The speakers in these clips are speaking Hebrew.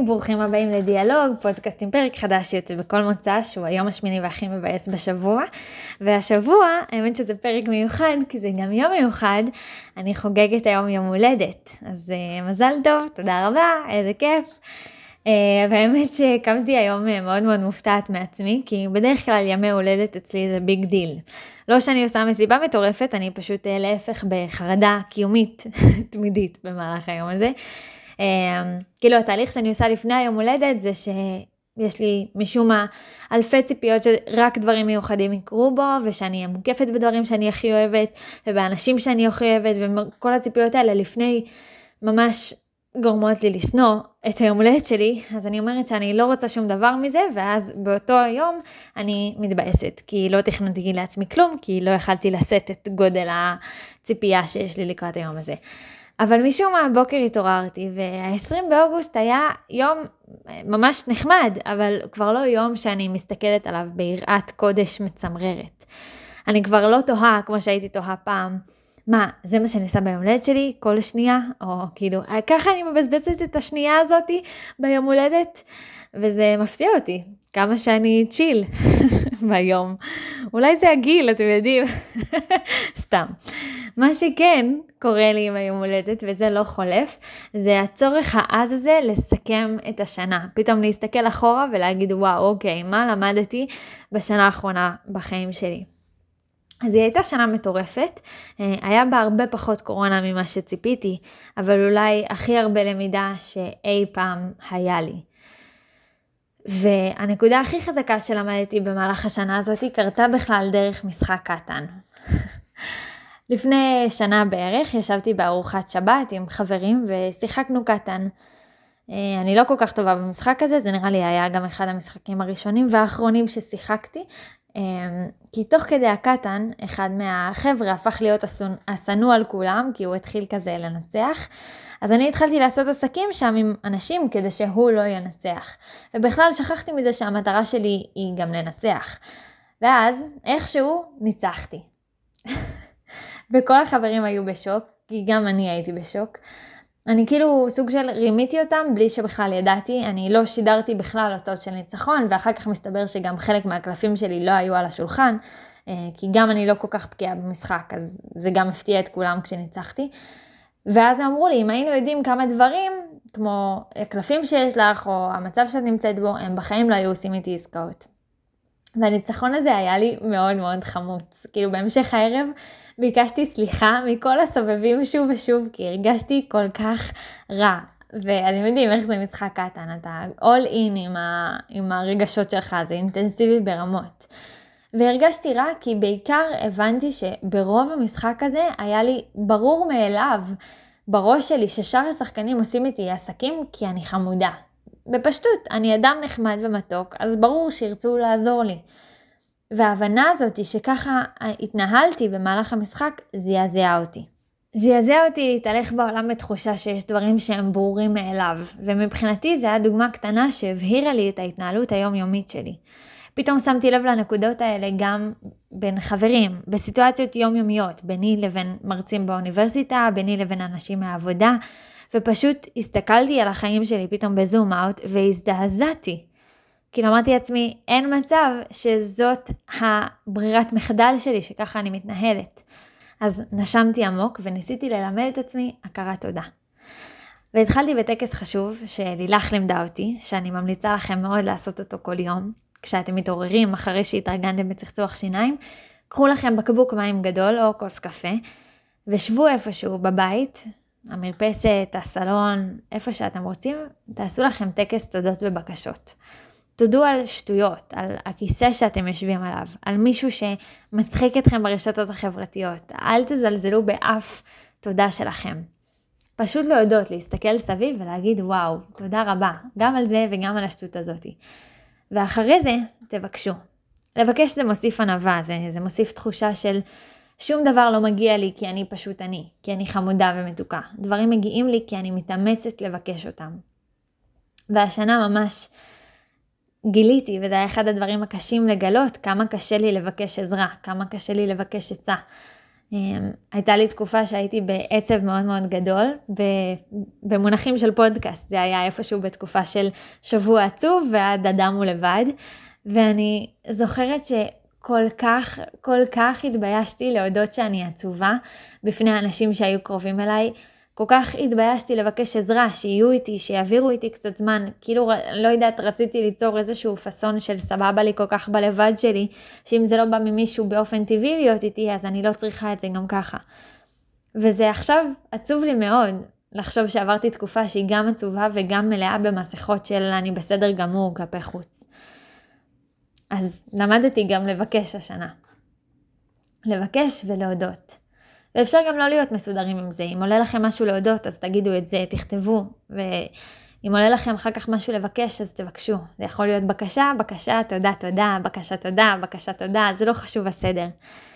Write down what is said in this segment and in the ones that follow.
ברוכים הבאים לדיאלוג, פודקאסט עם פרק חדש שיוצא בכל מוצא, שהוא היום השמיני והכי מבאס בשבוע. והשבוע, האמת שזה פרק מיוחד, כי זה גם יום מיוחד, אני חוגגת היום יום הולדת. אז מזל טוב, תודה רבה, איזה כיף. והאמת שקמתי היום מאוד מאוד מופתעת מעצמי, כי בדרך כלל ימי הולדת אצלי זה ביג דיל. לא שאני עושה מסיבה מטורפת, אני פשוט להפך בחרדה קיומית תמידית במהלך היום הזה. כאילו התהליך שאני עושה לפני היום הולדת זה שיש לי משום מה אלפי ציפיות שרק דברים מיוחדים יקרו בו, ושאני אהיה מוקפת בדברים שאני הכי אוהבת, ובאנשים שאני הכי אוהבת, וכל הציפיות האלה לפני ממש גורמות לי לסנוע את היום הולדת שלי. אז אני אומרת שאני לא רוצה שום דבר מזה, ואז באותו יום אני מתבאסת, כי לא תכננתי לעצמי כלום, כי לא יכלתי לשאת את גודל הציפייה שיש לי לקראת היום הזה. אבל משום מה הבוקר התעוררתי, וה-20 באוגוסט היה יום ממש נחמד, אבל כבר לא יום שאני מסתכלת עליו ביראת קודש מצמררת. אני כבר לא תוהה כמו שהייתי תוהה פעם, מה, זה מה שאני עושה ביום הולדת שלי כל שנייה? או כאילו, ככה אני מבזבצת את השנייה הזאת ביום הולדת? וזה מפתיע אותי, כמה שאני צ'יל ביום. אולי זה הגיל, אתם יודעים. סתם. מה שכן קורה לי עם היום הולדת, וזה לא חולף, זה הצורך העז הזה לסכם את השנה. פתאום להסתכל אחורה ולהגיד, וואו, אוקיי, מה למדתי בשנה האחרונה בחיים שלי? אז היא הייתה שנה מטורפת, היה בה הרבה פחות קורונה ממה שציפיתי, אבל אולי הכי הרבה למידה שאי פעם היה לי. והנקודה הכי חזקה שלמדתי במהלך השנה הזאת קרתה בכלל דרך משחק קטן. לפני שנה בערך ישבתי בארוחת שבת עם חברים ושיחקנו קטן. אני לא כל כך טובה במשחק הזה, זה נראה לי היה גם אחד המשחקים הראשונים והאחרונים ששיחקתי, כי תוך כדי הקטן, אחד מהחבר'ה הפך להיות הסנוע על כולם, כי הוא התחיל כזה לנצח, אז אני התחלתי לעשות עסקים שם עם אנשים כדי שהוא לא ינצח. ובכלל שכחתי מזה שהמטרה שלי היא גם לנצח. ואז איכשהו ניצחתי. וכל החברים היו בשוק, כי גם אני הייתי בשוק. אני כאילו סוג של רימיתי אותם בלי שבכלל ידעתי, אני לא שידרתי בכלל אותות של ניצחון, ואחר כך מסתבר שגם חלק מהקלפים שלי לא היו על השולחן, כי גם אני לא כל כך בקיאה במשחק, אז זה גם הפתיע את כולם כשניצחתי. ואז אמרו לי, אם היינו יודעים כמה דברים, כמו הקלפים שיש לך, או המצב שאת נמצאת בו, הם בחיים לא היו עושים איתי עסקאות. והניצחון הזה היה לי מאוד מאוד חמוץ. כאילו בהמשך הערב ביקשתי סליחה מכל הסובבים שוב ושוב, כי הרגשתי כל כך רע. ואתם יודעים איך זה משחק קטן, אתה all in עם הרגשות שלך, זה אינטנסיבי ברמות. והרגשתי רע כי בעיקר הבנתי שברוב המשחק הזה היה לי ברור מאליו בראש שלי ששאר השחקנים עושים איתי עסקים כי אני חמודה. בפשטות, אני אדם נחמד ומתוק, אז ברור שירצו לעזור לי. וההבנה הזאת היא שככה התנהלתי במהלך המשחק, זעזעה אותי. זעזעה אותי להתהלך בעולם בתחושה שיש דברים שהם ברורים מאליו, ומבחינתי זה היה דוגמה קטנה שהבהירה לי את ההתנהלות היומיומית שלי. פתאום שמתי לב לנקודות האלה גם בין חברים, בסיטואציות יומיומיות, ביני לבין מרצים באוניברסיטה, ביני לבין אנשים מהעבודה, ופשוט הסתכלתי על החיים שלי פתאום בזום אאוט והזדעזעתי. כאילו אמרתי לעצמי, אין מצב שזאת הברירת מחדל שלי, שככה אני מתנהלת. אז נשמתי עמוק וניסיתי ללמד את עצמי הכרת תודה. והתחלתי בטקס חשוב שלילך לימדה אותי, שאני ממליצה לכם מאוד לעשות אותו כל יום. כשאתם מתעוררים אחרי שהתארגנתם בצחצוח שיניים, קחו לכם בקבוק מים גדול או כוס קפה, ושבו איפשהו בבית, המרפסת, הסלון, איפה שאתם רוצים, תעשו לכם טקס תודות ובקשות. תודו על שטויות, על הכיסא שאתם יושבים עליו, על מישהו שמצחיק אתכם ברשתות החברתיות. אל תזלזלו באף תודה שלכם. פשוט להודות, להסתכל סביב ולהגיד וואו, תודה רבה, גם על זה וגם על השטות הזאת. ואחרי זה תבקשו. לבקש זה מוסיף ענווה, זה מוסיף תחושה של שום דבר לא מגיע לי כי אני פשוט אני, כי אני חמודה ומתוקה. דברים מגיעים לי כי אני מתאמצת לבקש אותם. והשנה ממש גיליתי, וזה היה אחד הדברים הקשים לגלות, כמה קשה לי לבקש עזרה, כמה קשה לי לבקש עצה. הייתה לי תקופה שהייתי בעצב מאוד מאוד גדול, במונחים של פודקאסט, זה היה איפשהו בתקופה של שבוע עצוב ועד אדם הוא לבד, ואני זוכרת כל כך התביישתי להודות שאני עצובה בפני האנשים שהיו קרובים אליי, כל כך התביישתי לבקש עזרה, שיהיו איתי, שיעבירו איתי קצת זמן, כאילו לא יודעת, רציתי ליצור איזשהו פסון של סבבה לי כל כך בלבד שלי, שאם זה לא בא ממישהו באופן טבעי להיות איתי, אז אני לא צריכה את זה גם ככה. וזה עכשיו עצוב לי מאוד, לחשוב שעברתי תקופה שהיא גם עצובה וגם מלאה במסכות של אני בסדר גמור כלפי חוץ. אז למדתי גם לבקש השנה. לבקש ולהודות. ואפשר גם לא להיות מסודרים עם זה. אם עולה לכם משהו להודות, אז תגידו את זה, תכתבו. ואם עולה לכם אחר כך משהו לבקש, אז תבקשו. זה יכול להיות בקשה, תודה, תודה, בקשה, תודה. זה לא חשוב הסדר.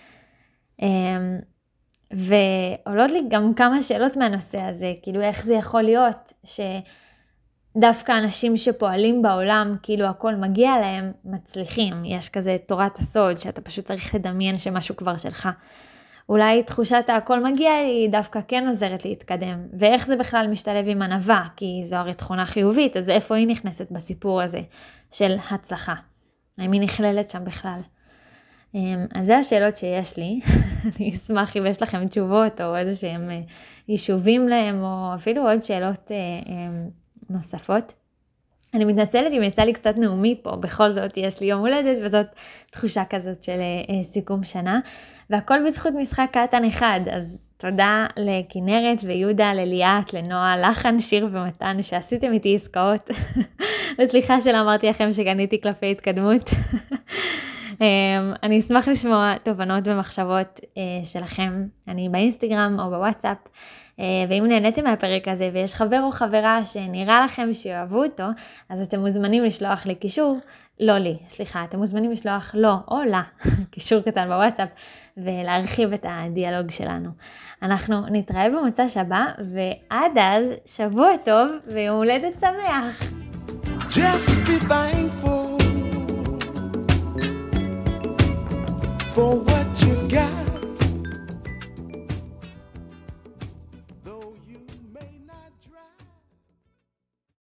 ועולות לי גם כמה שאלות מהנושא הזה. כאילו איך זה יכול להיות שדווקא אנשים שפועלים בעולם, כאילו הכל מגיע להם, מצליחים. יש כזה תורת הסוד, שאתה פשוט צריך לדמיין שמשהו כבר שלך. אולי תחושת הכל מגיע היא דווקא כן עוזרת להתקדם, ואיך זה בכלל משתלב עם ענווה, כי זו הרי תכונה חיובית, אז איפה היא נכנסת בסיפור הזה של הצלחה? האם היא נכללת שם בכלל? אז זה השאלות שיש לי, אני אשמח אם יש לכם תשובות, או איזה שהם יישובים להם, או אפילו עוד שאלות נוספות. אני מתנצלת אם יצא לי קצת נאומי פה, בכל זאת יש לי יום הולדת, וזאת תחושה כזאת של סיכום שנה, והכל בזכות משחק קטן אחד, אז תודה לכנרת ויהודה, לליאת, לנועה, לחן, שיר ומתן, שעשיתם איתי עסקאות, וסליחה שלא אמרתי לכם שקניתי קלפי התקדמות. אני אשמח לשמוע תובנות ומחשבות שלכם, אני באינסטגרם או בוואטסאפ, ואם נהניתם מהפרק הזה ויש חבר או חברה שנראה לכם שאוהבו אותו, אז אתם מוזמנים לשלוח לי קישור, אתם מוזמנים לשלוח לו או לה, קישור קטן בוואטסאפ, ולהרחיב את הדיאלוג שלנו. אנחנו נתראה במוצא הבא, ועד אז שבוע טוב ויום הולדת שמח. Just be thankful.